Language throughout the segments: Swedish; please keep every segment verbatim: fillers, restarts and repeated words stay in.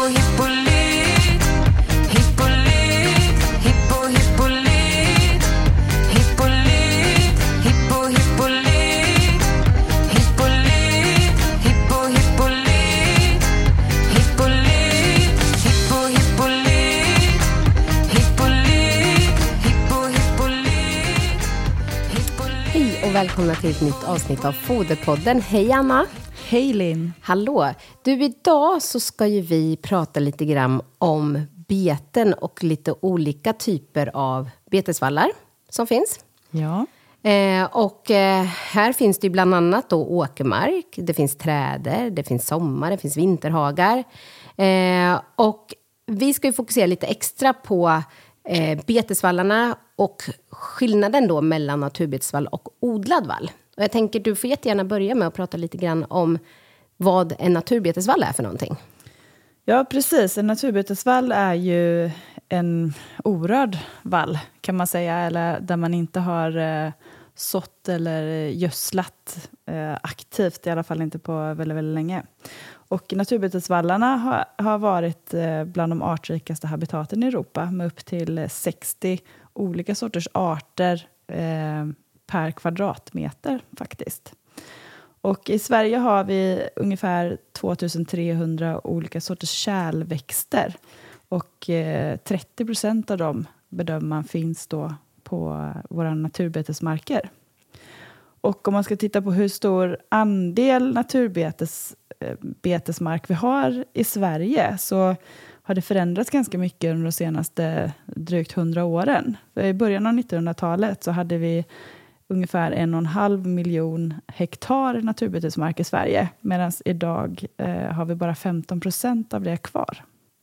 hippolyt, hippolyt, hippo, hippolyt, hippolyt, hippo, hippolyt, hippolyt, hippo, hippolyt, hippolyt, hippo, hippolyt, hippolyt, hippo, hippolyt, hippolyt. Hej och välkomna till ett nytt avsnitt av Foderpodden. Hej Anna! Hej Linn! Hallå! Du, idag så ska ju vi prata lite grann om beten och lite olika typer av betesvallar som finns. Ja. Eh, och eh, här finns det ju bland annat då åkermark, det finns träder, det finns sommar, det finns vinterhagar. Eh, och vi ska ju fokusera lite extra på eh, betesvallarna och skillnaden då mellan naturbetesvall och odlad vall. Och jag tänker du får jättegärna börja med att prata lite grann om vad en naturbetesvall är för någonting. Ja, precis. En naturbetesvall är ju en orörd vall kan man säga. Eller där man inte har eh, sått eller gödslat eh, aktivt. I alla fall inte på väldigt, väldigt länge. Och naturbetesvallarna har, har varit eh, bland de artrikaste habitaten i Europa. Med upp till sextio olika sorters arter eh, per kvadratmeter faktiskt. Och i Sverige har vi ungefär tvåtusen-trehundra olika sorters kärlväxter. Och eh, trettio procent av dem bedömer man finns då på våra naturbetesmarker. Och om man ska titta på hur stor andel naturbetesmark vi har i Sverige så har det förändrats ganska mycket under de senaste drygt hundra åren. För i början av nittonhundratalet så hade vi ungefär en och en halv miljon hektar naturbetesmark i Sverige. Medan idag eh, har vi bara femton procent av det kvar.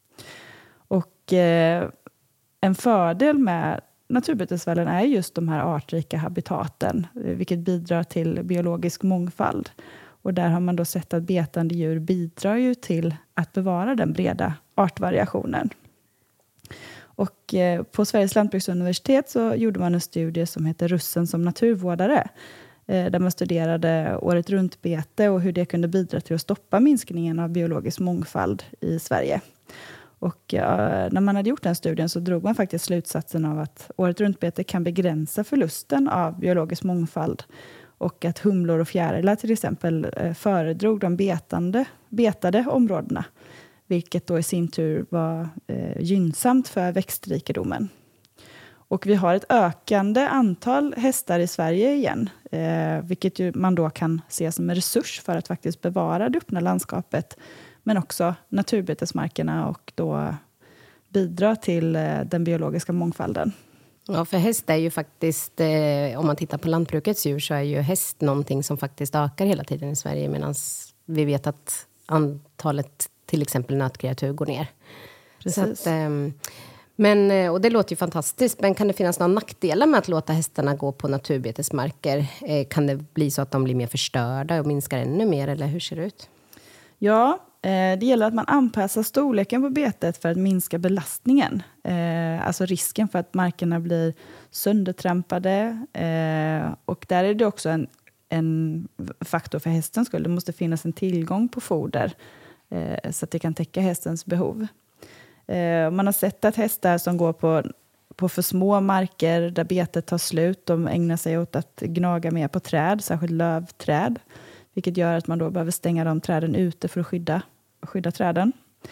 Och eh, en fördel med naturbetesvallen är just de här artrika habitaten. Vilket bidrar till biologisk mångfald. Och där har man då sett att betande djur bidrar ju till att bevara den breda artvariationen. Och eh, på Sveriges lantbruksuniversitet så gjorde man en studie som heter Russen som naturvårdare. Eh, där man studerade året runt bete och hur det kunde bidra till att stoppa minskningen av biologisk mångfald i Sverige. Och eh, när man hade gjort den studien så drog man faktiskt slutsatsen av att året runt bete kan begränsa förlusten av biologisk mångfald. Och att humlor och fjärilar till exempel eh, föredrog de betande, betade områdena. Vilket då i sin tur var eh, gynnsamt för växtrikedomen. Och vi har ett ökande antal hästar i Sverige igen. Eh, vilket ju man då kan se som en resurs för att faktiskt bevara det öppna landskapet. Men också naturbetesmarkerna och då bidra till eh, den biologiska mångfalden. Ja, för häst är ju faktiskt, eh, om man tittar på lantbrukets djur så är ju häst någonting som faktiskt ökar hela tiden i Sverige. Medan vi vet att antalet till exempel nötkreatur går ner. Precis. Så att, men, och det låter ju fantastiskt. Men kan det finnas några nackdelar med att låta hästarna gå på naturbetesmarker? Kan det bli så att de blir mer förstörda och minskar ännu mer? Eller hur ser det ut? Ja, det gäller att man anpassar storleken på betet för att minska belastningen. Alltså risken för att markerna blir söndertrampade. Och där är det också en, en faktor för hästens skull. Det måste finnas en tillgång på foder. Så att det kan täcka hästens behov. Man har sett att hästar som går på, på för små marker där betet tar slut, de ägnar sig åt att gnaga mer på träd, särskilt lövträd. Vilket gör att man då behöver stänga de träden ute för att skydda, skydda träden.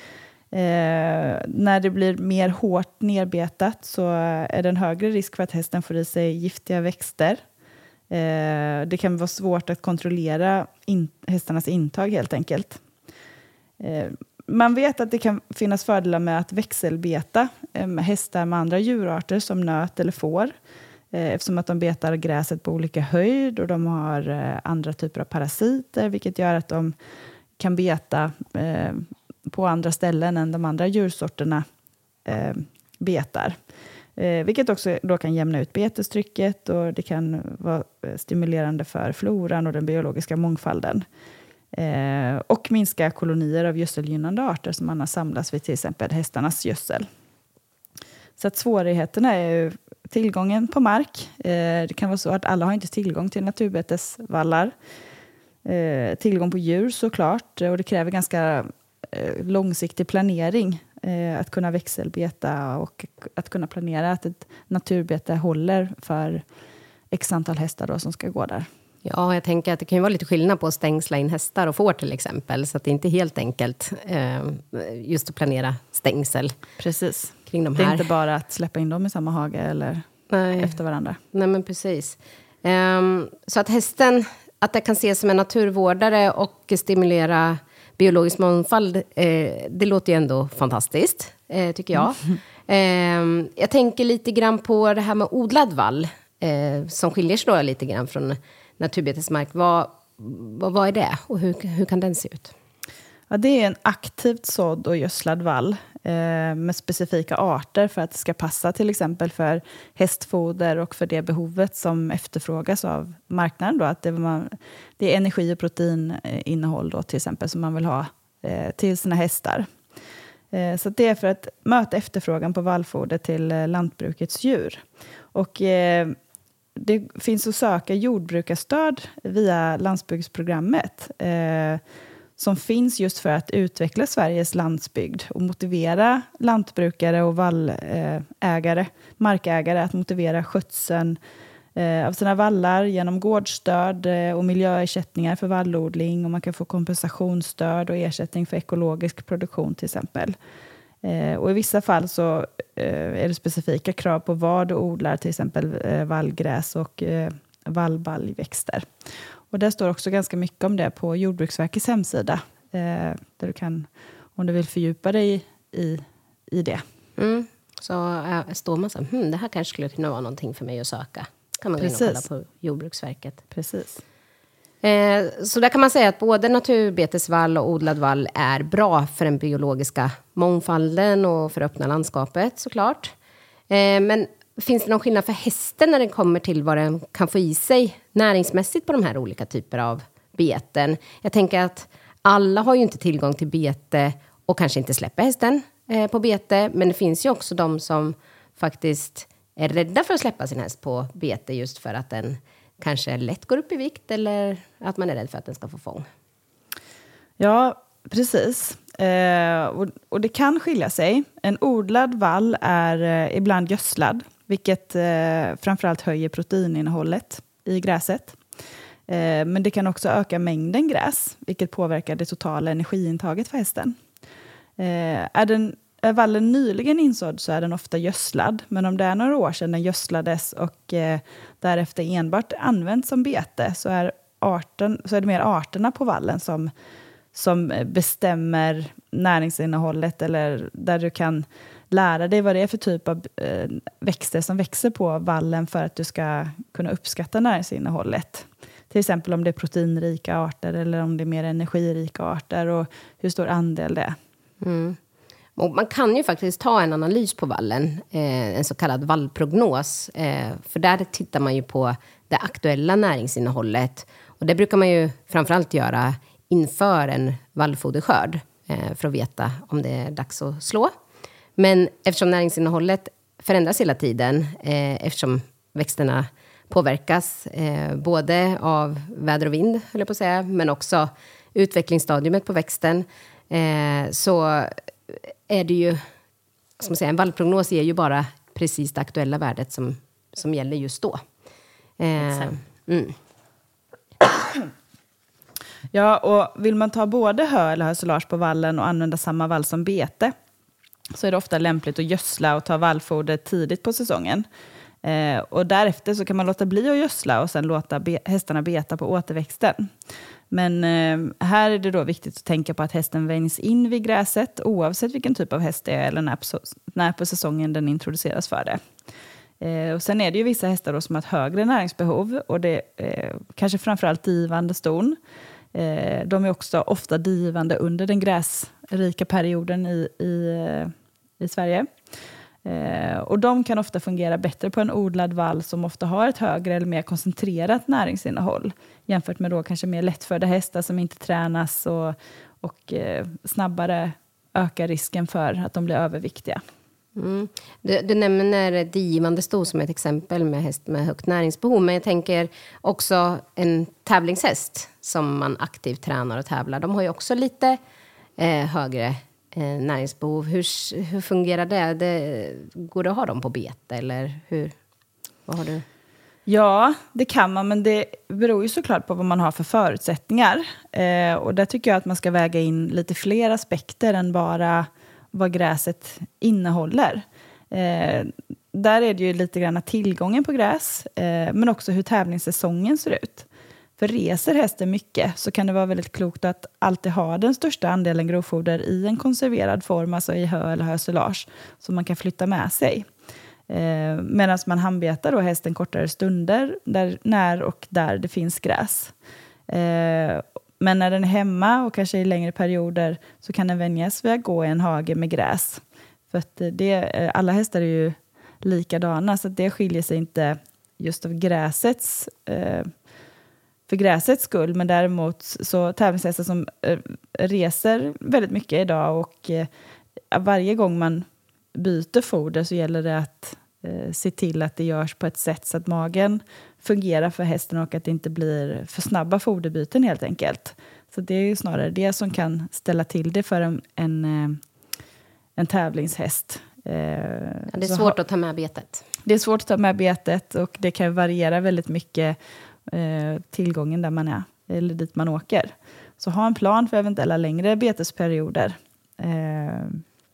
Eh, när det blir mer hårt nerbetat så är det en högre risk för att hästen får i sig giftiga växter. Eh, det kan vara svårt att kontrollera in, hästarnas intag helt enkelt. Man vet att det kan finnas fördelar med att växelbeta med hästar med andra djurarter som nöt eller får. Eftersom att de betar gräset på olika höjd och de har andra typer av parasiter. Vilket gör att de kan beta på andra ställen än de andra djursorterna betar. Vilket också då kan jämna ut betestrycket och det kan vara stimulerande för floran och den biologiska mångfalden. Eh, och minska kolonier av gödselgynnande arter som annars samlas vid till exempel hästarnas gödsel. Så att svårigheterna är ju tillgången på mark. Eh, det kan vara så att alla har inte tillgång till naturbetesvallar. Eh, tillgång på djur såklart. Och det kräver ganska eh, långsiktig planering. Eh, att kunna växelbeta och att kunna planera att ett naturbete håller för x antal hästar då som ska gå där. Ja, jag tänker att det kan ju vara lite skillnad på att stängsla in hästar och får till exempel. Så att det inte är helt enkelt eh, just att planera stängsel. Precis. Kring de det är här. inte bara att släppa in dem i samma hage eller Nej. efter varandra. Nej, men precis. Um, så att hästen, att det kan ses som en naturvårdare och stimulera biologisk mångfald, eh, det låter ju ändå fantastiskt, eh, tycker jag. Mm. Eh, jag tänker lite grann på det här med odlad vall, eh, som skiljer sig då lite grann från naturbetesmark. Vad, vad, vad är det och hur, hur kan den se ut? Ja, det är en aktivt sådd och gödslad vall eh, med specifika arter för att det ska passa till exempel för hästfoder och för det behovet som efterfrågas av marknaden. Då, att det, man, det är energi- och proteininnehåll då, till exempel som man vill ha eh, till sina hästar. Eh, så det är för att möta efterfrågan på vallfoder till eh, lantbrukets djur. Och eh, det finns att söka jordbrukarstöd via landsbygdsprogrammet eh, som finns just för att utveckla Sveriges landsbygd och motivera lantbrukare och vallägare, markägare att motivera skötseln av sina vallar genom gårdsstöd och miljöersättningar för vallodling, och man kan få kompensationsstöd och ersättning för ekologisk produktion till exempel. Och i vissa fall så är det specifika krav på vad du odlar, till exempel vallgräs och vallbaljväxter. Och där står också ganska mycket om det på Jordbruksverkets hemsida. Eh, där du kan, om du vill fördjupa dig i, i det. Mm. Så äh, står man så här, hm, det här kanske skulle kunna vara någonting för mig att söka. Kan man gå in och kolla på Jordbruksverket. Precis. Eh, så där kan man säga att både naturbetesvall och odlad vall är bra för den biologiska mångfalden och för öppna landskapet såklart. Eh, men finns det någon skillnad för hästen när det kommer till vad den kan få i sig näringsmässigt på de här olika typer av beten? Jag tänker att alla har ju inte tillgång till bete och kanske inte släpper hästen eh, på bete. Men det finns ju också de som faktiskt är rädda för att släppa sin häst på bete just för att den kanske lätt går upp i vikt eller att man är rädd för att den ska få fång. Ja, precis. Eh, och, och det kan skilja sig. En odlad vall är eh, ibland gödslad, vilket eh, framförallt höjer proteininnehållet i gräset. Eh, men det kan också öka mängden gräs, vilket påverkar det totala energiintaget för hästen. Eh, är, den, är vallen nyligen insådd så är den ofta gödslad, men om det är några år sedan den gödslades och eh, därefter enbart används som bete så är, arten, så är det mer arterna på vallen som som bestämmer näringsinnehållet, eller där du kan lära dig vad det är för typ av eh, växter som växer på vallen för att du ska kunna uppskatta näringsinnehållet. Till exempel om det är proteinrika arter eller om det är mer energirika arter och hur stor andel det är. Mm. Och man kan ju faktiskt ta en analys på vallen, eh, en så kallad vallprognos. Eh, för där tittar man ju på det aktuella näringsinnehållet. Och det brukar man ju framförallt göra inför en vallfoderskörd eh, för att veta om det är dags att slå. Men eftersom näringsinnehållet förändras hela tiden, eh, eftersom växterna påverkas eh, både av väder och vind, höll jag på att säga, men också utvecklingsstadiumet på växten, eh, så är det ju, ska man säga, en vallprognos ger ju bara precis det aktuella värdet som, som gäller just då. Eh, mm. Ja, och vill man ta både hö eller hösilage på vallen och använda samma vall som bete så är det ofta lämpligt att gödsla och ta vallfoder tidigt på säsongen. Eh, och därefter så kan man låta bli att gödsla och sen låta be- hästarna beta på återväxten. Men eh, här är det då viktigt att tänka på att hästen vänjs in vid gräset oavsett vilken typ av häst det är eller när på, när på säsongen den introduceras för det. Eh, och sen är det ju vissa hästar då som har ett högre näringsbehov och det är eh, kanske framförallt divande ston. Eh, de är också ofta divande under den gräsrika perioden i, i, i Sverige. Eh, och de kan ofta fungera bättre på en odlad vall som ofta har ett högre eller mer koncentrerat näringsinnehåll jämfört med då kanske mer lättfödda hästar som inte tränas och, och eh, snabbare ökar risken för att de blir överviktiga. Mm. Du, du nämner divande sto som ett exempel med häst med högt näringsbehov, men jag tänker också en tävlingshäst som man aktivt tränar och tävlar. De har ju också lite eh, högre eh, näringsbehov. Hur, hur fungerar det? det? Går det att ha dem på bete eller hur? Vad har du? Ja, det kan man, men det beror ju såklart på vad man har för förutsättningar. Eh, och där tycker jag att man ska väga in lite fler aspekter än bara vad gräset innehåller. Eh, där är det ju lite grann tillgången på gräs, eh, men också hur tävlingssäsongen ser ut. För reser hästen mycket så kan det vara väldigt klokt att alltid ha den största andelen grovfoder i en konserverad form, alltså i hö eller hösilage, som man kan flytta med sig. Eh, Medan man handbetar då hästen kortare stunder där, när och där det finns gräs. Eh, men när den är hemma och kanske i längre perioder så kan den vänjas vid att gå i en hage med gräs. För att det, alla hästar är ju likadana, så att det skiljer sig inte just av gräsets, eh, för gräsets skull. Men däremot så tävlingshästar som eh, reser väldigt mycket idag, och eh, varje gång man byter foder så gäller det att eh, se till att det görs på ett sätt så att magen fungerar för hästen och att det inte blir för snabba foderbyten helt enkelt. Så det är ju snarare det som kan ställa till det för en, en, en tävlingshäst. Eh, Ja, det är så svårt ha, att ta med betet. det är svårt att ta med betet, och det kan variera väldigt mycket eh, tillgången där man är eller dit man åker. Så ha en plan för eventuella längre betesperioder. Eh,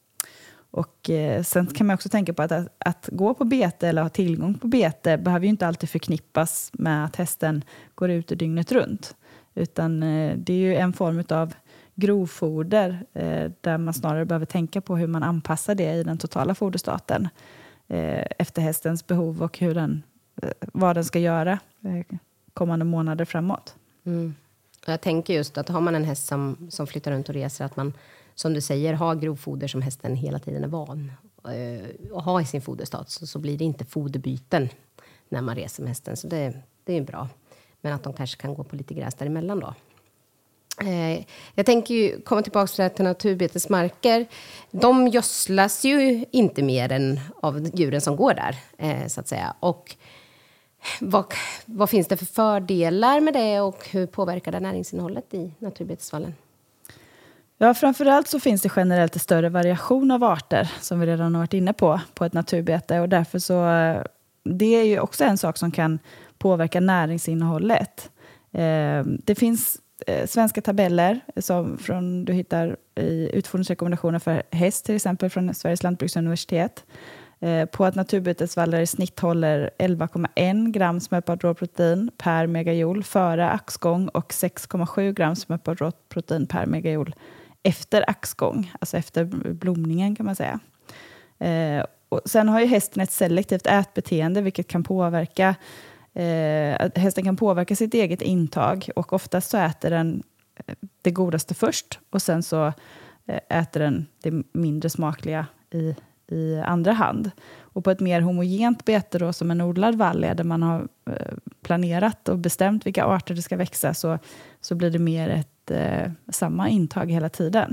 Och eh, sen kan man också tänka på att, att att gå på bete eller ha tillgång på bete behöver ju inte alltid förknippas med att hästen går ut dygnet runt. Utan eh, det är ju en form av grovfoder eh, där man snarare behöver tänka på hur man anpassar det i den totala foderstaten eh, efter hästens behov och hur den, eh, vad den ska göra eh, kommande månader framåt. Mm. Och jag tänker just att har man en häst som, som flyttar runt och reser, att man, som du säger, har grovfoder som hästen hela tiden är van eh, att ha i sin foderstat, så, så blir det inte foderbyten när man reser med hästen. Så det, det är bra. Men att de kanske kan gå på lite gräs däremellan då. Eh, jag tänker ju komma tillbaka till, det till naturbetesmarker. De gödslas ju inte mer än av djuren som går där, eh, så att säga. Och vad, vad finns det för fördelar med det, och hur påverkar det näringsinnehållet i naturbetesvallen? Ja, framförallt så finns det generellt en större variation av arter som vi redan har varit inne på på ett naturbete, och därför så det är ju också en sak som kan påverka näringsinnehållet. Eh, det finns eh, svenska tabeller som från, du hittar i utfodringsrekommendationer för häst till exempel från Sveriges lantbruksuniversitet eh, på att naturbetesvallar i snitt håller elva komma en gram smörpart råprotein per megajoule före axgång och sex komma sju gram smörpart råprotein per megajoule efter axgång, alltså efter blomningen kan man säga. Eh, och sen har ju hästen ett selektivt ätbeteende, vilket kan påverka eh, hästen kan påverka sitt eget intag, och oftast så äter den det godaste först och sen så eh, äter den det mindre smakliga i, i andra hand. Och på ett mer homogent bete då, som en odlad vall är, där man har eh, planerat och bestämt vilka arter det ska växa, så, så blir det mer ett eh, samma intag hela tiden.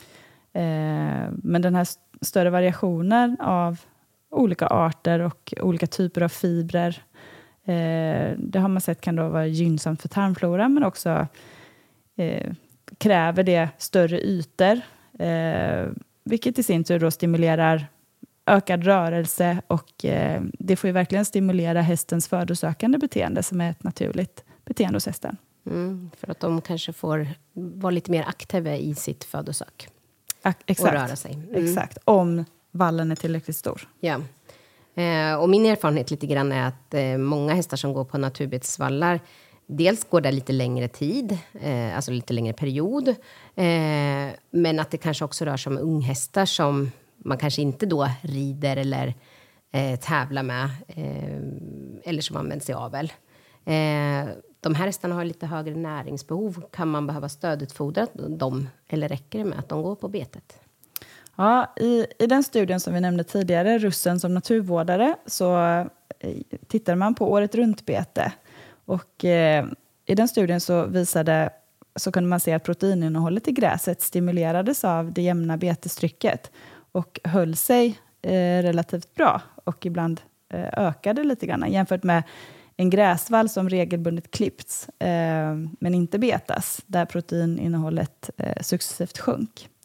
Eh, men den här st- större variationen av olika arter och olika typer av fibrer, eh, det har man sett kan då vara gynnsamt för tarmfloran, men också eh, kräver det större ytor, eh, vilket i sin tur då stimulerar ökad rörelse, och eh, det får ju verkligen stimulera hästens födosökande beteende, som är ett naturligt beteende hos hästen. Mm, för att de kanske får vara lite mer aktiva i sitt födosök. Ak- exakt. Och röra sig. Mm. Exakt, om vallen är tillräckligt stor. Ja. Eh, och min erfarenhet lite grann är att eh, många hästar som går på naturbetesvallar, dels går det lite längre tid, eh, alltså lite längre period. Eh, men att det kanske också rör sig om unghästar som man kanske inte då rider eller eh, tävlar med, eh, eller som används i avel. Eh, de här hästarna har lite högre näringsbehov. Kan man behöva stödutfodra dem, eller räcker det med att de går på betet? Ja, i, i den studien som vi nämnde tidigare, Russen som naturvårdare, så eh, tittar man på året runt bete. Och eh, i den studien så visade, så kunde man se att proteininnehållet i gräset stimulerades av det jämna betestrycket och höll sig eh, relativt bra, och ibland eh, ökade lite grann jämfört med en gräsvall som regelbundet klippts eh, men inte betas, där proteininnehållet eh, successivt sjönk.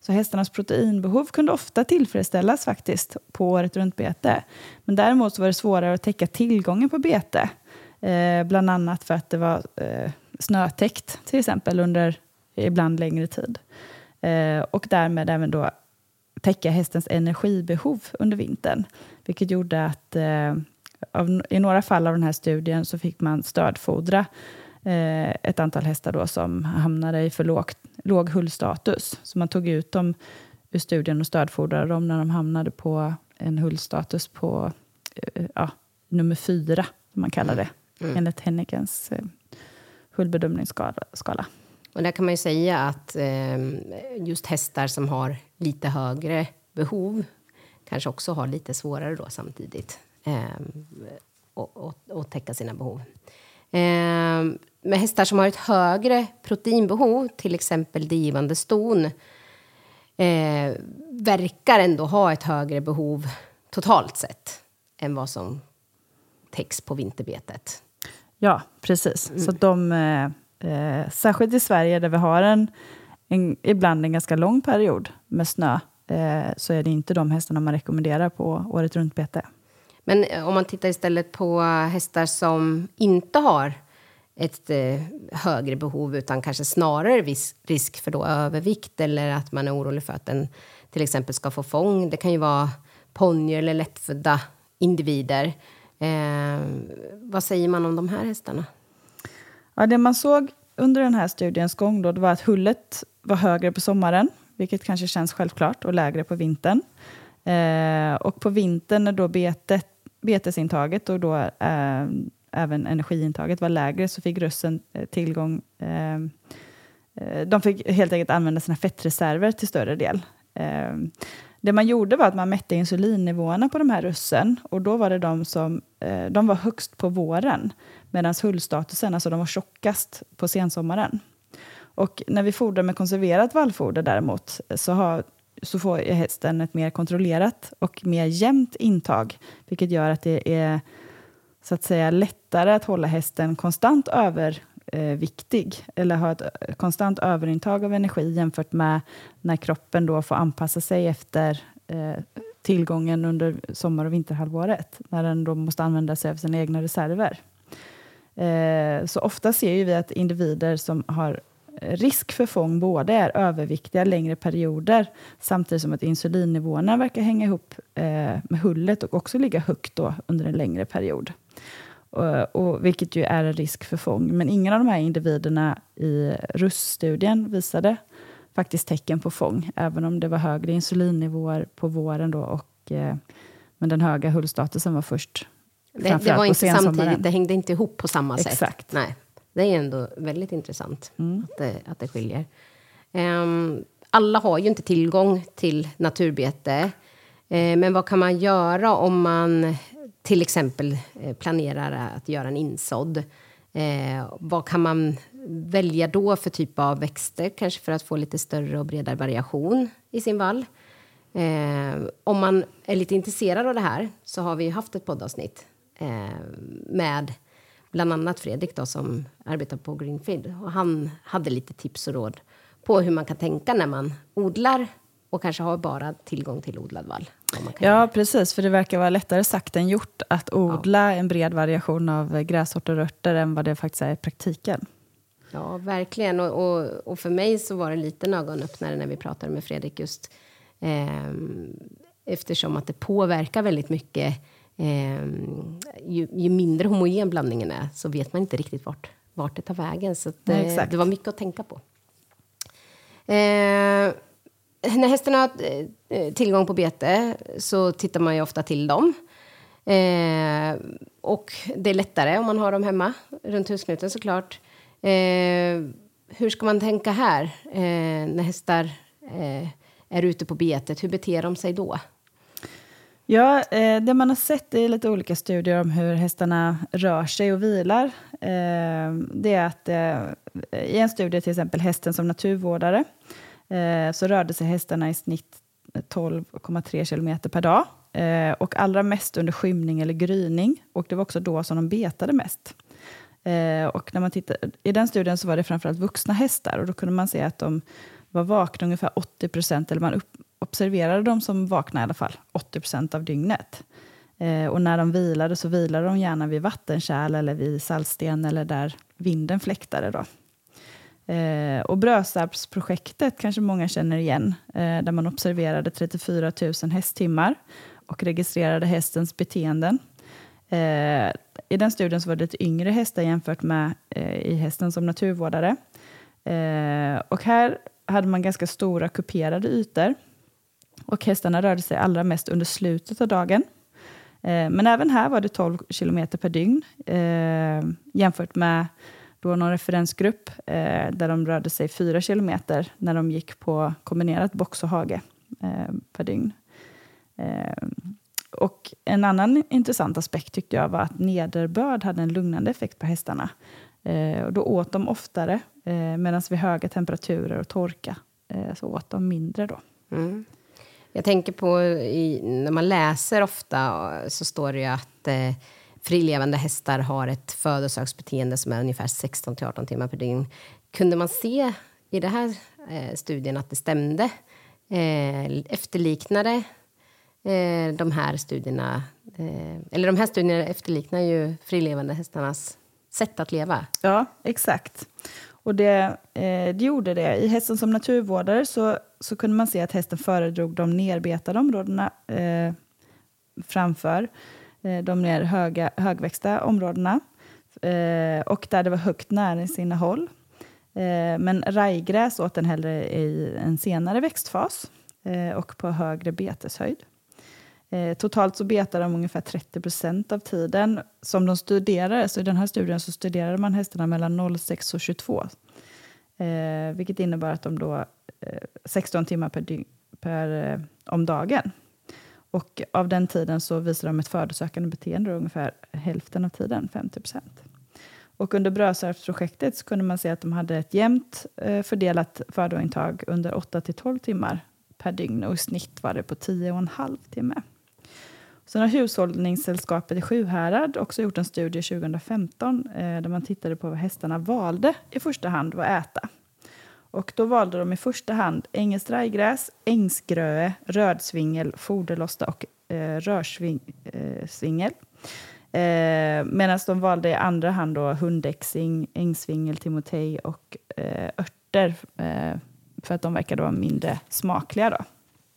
Så hästarnas proteinbehov kunde ofta tillfredsställas faktiskt på året runt bete. Men däremot så var det svårare att täcka tillgången på bete. Eh, bland annat för att det var eh, snötäckt till exempel under ibland längre tid. Eh, och därmed även då täcka hästens energibehov under vintern. Vilket gjorde att eh, av, i några fall av den här studien så fick man stödfodra eh, ett antal hästar då som hamnade i för låg, låg hullstatus. Så man tog ut dem ur studien och stödfodrade dem när de hamnade på en hullstatus på eh, ja, nummer fyra, som man kallar det. Mm. Enligt Hennekens eh, hullbedömningsskala. Och där kan man ju säga att eh, just hästar som har lite högre behov kanske också har lite svårare då samtidigt eh, och, och, och täcka sina behov. Eh, med hästar som har ett högre proteinbehov, till exempel drivande ston, eh, verkar ändå ha ett högre behov totalt sett än vad som täcks på vinterbetet. Ja, precis. Mm. Så de, eh, eh, särskilt i Sverige där vi har en, en ibland en ganska lång period med snö, eh, så är det inte de hästarna man rekommenderar på året runt bete. Men om man tittar istället på hästar som inte har ett eh, högre behov utan kanske snarare viss risk för då övervikt eller att man är orolig för att den till exempel ska få fång. Det kan ju vara ponnyer eller lättfödda individer. Eh, vad säger man om de här hästarna? Ja, det man såg under den här studiens gång då, det var att hullet var högre på sommaren, vilket kanske känns självklart, och lägre på vintern. Eh, och på vintern när då betet, betesintaget och då eh, även energiintaget var lägre, så fick rössen eh, tillgång. Eh, eh, de fick helt enkelt använda sina fettreserver till större del. Eh, Det man gjorde var att man mätte insulinnivåerna på de här russen. Och då var det de som eh, de var högst på våren. Medan hullstatusen, alltså de var tjockast på sensommaren. Och när vi fodrar med konserverat vallfoder däremot, så, har, så får hästen ett mer kontrollerat och mer jämnt intag. Vilket gör att det är så att säga lättare att hålla hästen konstant överviktig. Eller ha ett konstant överintag av energi jämfört med när kroppen då får anpassa sig efter eh, tillgången under sommar- och vinterhalvåret. När den då måste använda sig av sina egna reserver. Eh, så ofta ser ju vi att individer som har risk för fång både är överviktiga längre perioder, samtidigt som att insulinnivåerna verkar hänga ihop eh, med hullet och också ligga högt då under en längre period. Och, och, vilket ju är en risk för fång. Men ingen av de här individerna i R U S-studien visade faktiskt tecken på fång, även om det var högre insulinnivåer på våren då, och, eh, men den höga hullstatusen var först. Det, det var inte samtidigt, det hängde inte ihop på samma sätt. Exakt. Nej. Det är ändå väldigt intressant mm. att, det, att det skiljer. Um, alla har ju inte tillgång till naturbete. Uh, men vad kan man göra om man till exempel uh, planerar att göra en insådd? Uh, vad kan man välja då för typ av växter? Kanske för att få lite större och bredare variation i sin vall. Uh, om man är lite intresserad av det här så har vi haft ett poddavsnitt uh, med bland annat Fredrik då, som arbetar på Greenfield. Och han hade lite tips och råd på hur man kan tänka när man odlar och kanske har bara tillgång till odlad vall. Ja, göra. Precis. För det verkar vara lättare sagt än gjort att odla ja. en bred variation av grässorter och rötter än vad det faktiskt är i praktiken. Ja, verkligen. Och, och, och för mig så var det lite en ögonöppnare när vi pratade med Fredrik just eh, eftersom att det påverkar väldigt mycket. Eh, ju, ju mindre homogen blandningen är så vet man inte riktigt vart, vart det tar vägen. Så att, Nej, eh, det var mycket att tänka på. Eh, när hästarna har eh, tillgång på bete så tittar man ju ofta till dem. Eh, och det är lättare om man har dem hemma runt husknuten såklart. Eh, hur ska man tänka här eh, när hästar eh, är ute på betet? Hur beter de sig då? Ja, eh, det man har sett i lite olika studier om hur hästarna rör sig och vilar. Eh, det är att eh, i en studie till exempel hästen som naturvårdare eh, så rörde sig hästarna i snitt tolv komma tre kilometer per dag. Eh, och allra mest under skymning eller gryning. Och det var också då som de betade mest. Eh, och när man tittar, i den studien så var det framförallt vuxna hästar. Och då kunde man se att de var vakna ungefär åttio procent, eller man upp, observerade dem som vakna i alla fall, åttio procent av dygnet. Eh, och när de vilade så vilade de gärna vid vattenkärl eller vid saltsten eller där vinden fläktade då. Eh, och Brösarpsprojektet kanske många känner igen, eh, där man observerade trettiofyra tusen hästtimmar och registrerade hästens beteenden. Eh, I den studien så var det yngre hästar jämfört med eh, i hästen som naturvårdare. Eh, och här hade man ganska stora kuperade ytor. Och hästarna rörde sig allra mest under slutet av dagen. Eh, men även här var det tolv kilometer per dygn. Eh, jämfört med då någon referensgrupp eh, där de rörde sig fyra kilometer när de gick på kombinerat box och hage eh, per dygn. Eh, och en annan intressant aspekt tyckte jag var att nederbörd hade en lugnande effekt på hästarna. Eh, och då åt de oftare, eh, medan vid höga temperaturer och torka eh, så åt de mindre då. Mm. Jag tänker på, i, när man läser ofta så står det ju att eh, frilevande hästar har ett födosöksbeteende som är ungefär sexton till arton timmar per dygn. Kunde man se i den här eh, studien att det stämde? Eh, efterliknade eh, de här studierna, eh, eller de här studierna efterliknar ju frilevande hästarnas sätt att leva. Ja, exakt. Och det, eh, det gjorde det. I hästen som naturvårdare så, så kunde man se att hästen föredrog de nerbetade områdena eh, framför eh, de mer höga, högväxta områdena. Eh, och där det var högt näringsinnehåll. Eh, men rajgräs åt den hellre i en senare växtfas eh, och på högre beteshöjd. Eh, totalt så betar de ungefär trettio procent av tiden som de studerade. Så i den här studien så studerade man hästarna mellan noll komma sex och tjugotvå. Eh, vilket innebär att de då eh, sexton timmar per, dy- per eh, om dagen. Och av den tiden så visar de ett födosökande beteende ungefär hälften av tiden, femtio procent. Och under Brösarpsprojektet så kunde man se att de hade ett jämnt eh, fördelat födointag under åtta till tolv timmar per dygn. Och i snitt var det på tio och en halv timme. Sen har Hushållningssällskapet i Sjuhärad också gjort en studie tjugohundrafemton eh, där man tittade på vad hästarna valde i första hand att äta. Och då valde de i första hand engelskt rajgräs, ängsgröe, rödsvingel, foderlosta och eh, rörsvingel. Eh, Medan de valde i andra hand då hundäxing, ängsvingel, timotej och eh, örter eh, för att de verkade vara mindre smakliga då.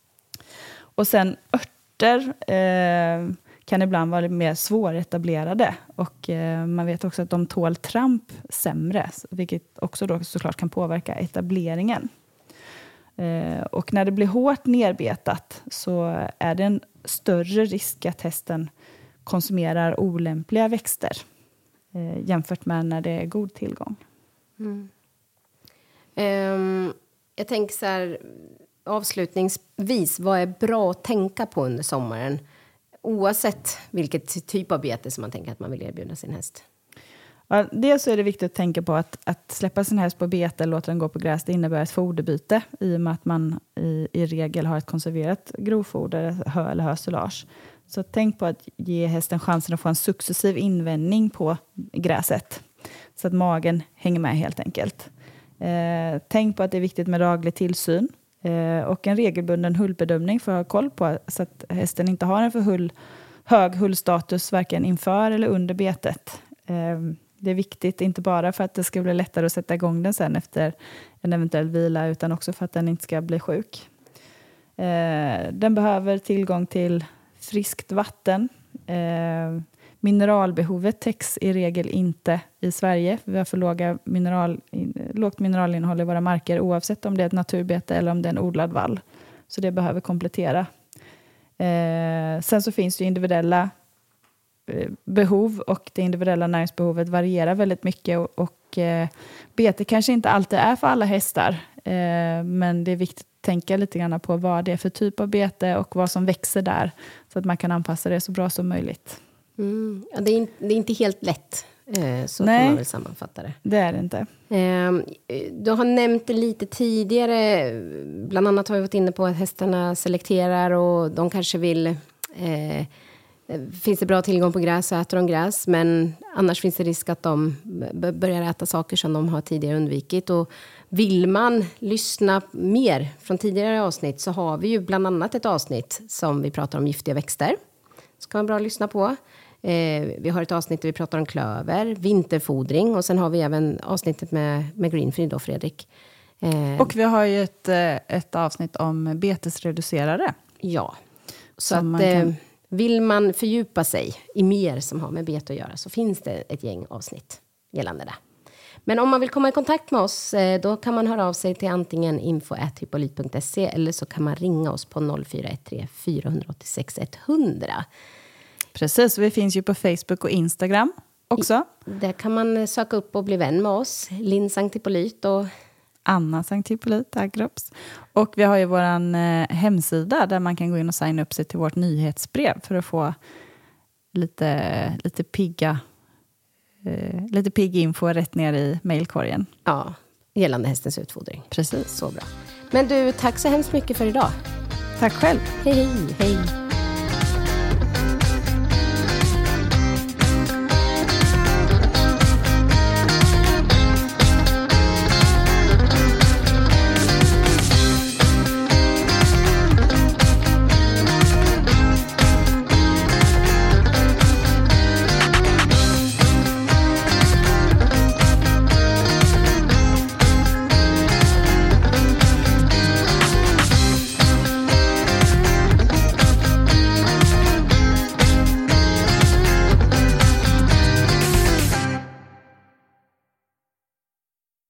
Och sen örter eh, kan ibland vara mer svåretablerade och eh, man vet också att de tål tramp sämre, vilket också då såklart kan påverka etableringen. Eh, och när det blir hårt nerbetat så är det en större risk att hästen konsumerar olämpliga växter eh, jämfört med när det är god tillgång. Mm. Um, jag tänker så här, avslutningsvis, vad är bra att tänka på under sommaren? Oavsett vilket typ av bete som man tänker att man vill erbjuda sin häst. Ja, dels så är det viktigt att tänka på att, att släppa sin häst på bete eller låta den gå på gräs. Det innebär ett foderbyte i och med att man i, i regel har ett konserverat grovfoder, hö eller hösilage. Så tänk på att ge hästen chansen att få en successiv invändning på gräset. Så att magen hänger med helt enkelt. Eh, tänk på att det är viktigt med daglig tillsyn. Eh, och en regelbunden hullbedömning för att ha koll på så att hästen inte har en för hull, hög hullstatus varken inför eller under betet. Eh, det är viktigt, inte bara för att det ska bli lättare att sätta igång den sen efter en eventuell vila utan också för att den inte ska bli sjuk. Eh, den behöver tillgång till friskt vatten. Eh, mineralbehovet täcks i regel inte i Sverige. Vi har för låga mineral, lågt mineralinnehåll i våra marker oavsett om det är ett naturbete eller om det är en odlad vall. Så det behöver komplettera. Eh, sen så finns det individuella eh, behov och det individuella näringsbehovet varierar väldigt mycket och, och eh, bete kanske inte alltid är för alla hästar. Eh, men det är viktigt att tänka lite grann på vad det är för typ av bete och vad som växer där så att man kan anpassa det så bra som möjligt. Mm. Ja, det, är in, det är inte helt lätt, eh, så Nej, kan man väl sammanfatta det. Det är det inte. Eh, du har nämnt det lite tidigare. Bland annat har vi varit inne på att hästarna selekterar och de kanske vill eh, finns det bra tillgång på gräs så äter de gräs. Men annars finns det risk att de b- börjar äta saker som de har tidigare undvikit. Och vill man lyssna mer från tidigare avsnitt så har vi ju bland annat ett avsnitt som vi pratar om giftiga växter. Så kan man bra att lyssna på. Eh, vi har ett avsnitt där vi pratar om klöver, vinterfodring. Och sen har vi även avsnittet med, med Greenfeed då, Fredrik. Eh, Och vi har ju ett, ett avsnitt om betesreducerare. ja, så Som att man kan- eh, vill man fördjupa sig i mer som har med bete att göra så finns det ett gäng avsnitt gällande det. Men om man vill komma i kontakt med oss eh, då kan man höra av sig till antingen info at hippolyt punkt se eller så kan man ringa oss på noll fyra ett tre fyra åtta sex ett noll noll. Precis, vi finns ju på Facebook och Instagram också. Där kan man söka upp och bli vän med oss. Linn Sankt Hippolyt och Anna Sankt Hippolyt Agrops. Och vi har ju vår eh, hemsida där man kan gå in och signa upp sig till vårt nyhetsbrev för att få lite, lite pigga eh, lite pigg info rätt ner i mejlkorgen. ja, gällande hästens utfodring. Precis. Så bra. Men du, tack så hemskt mycket för idag. Tack själv. Hej, hej. Hej.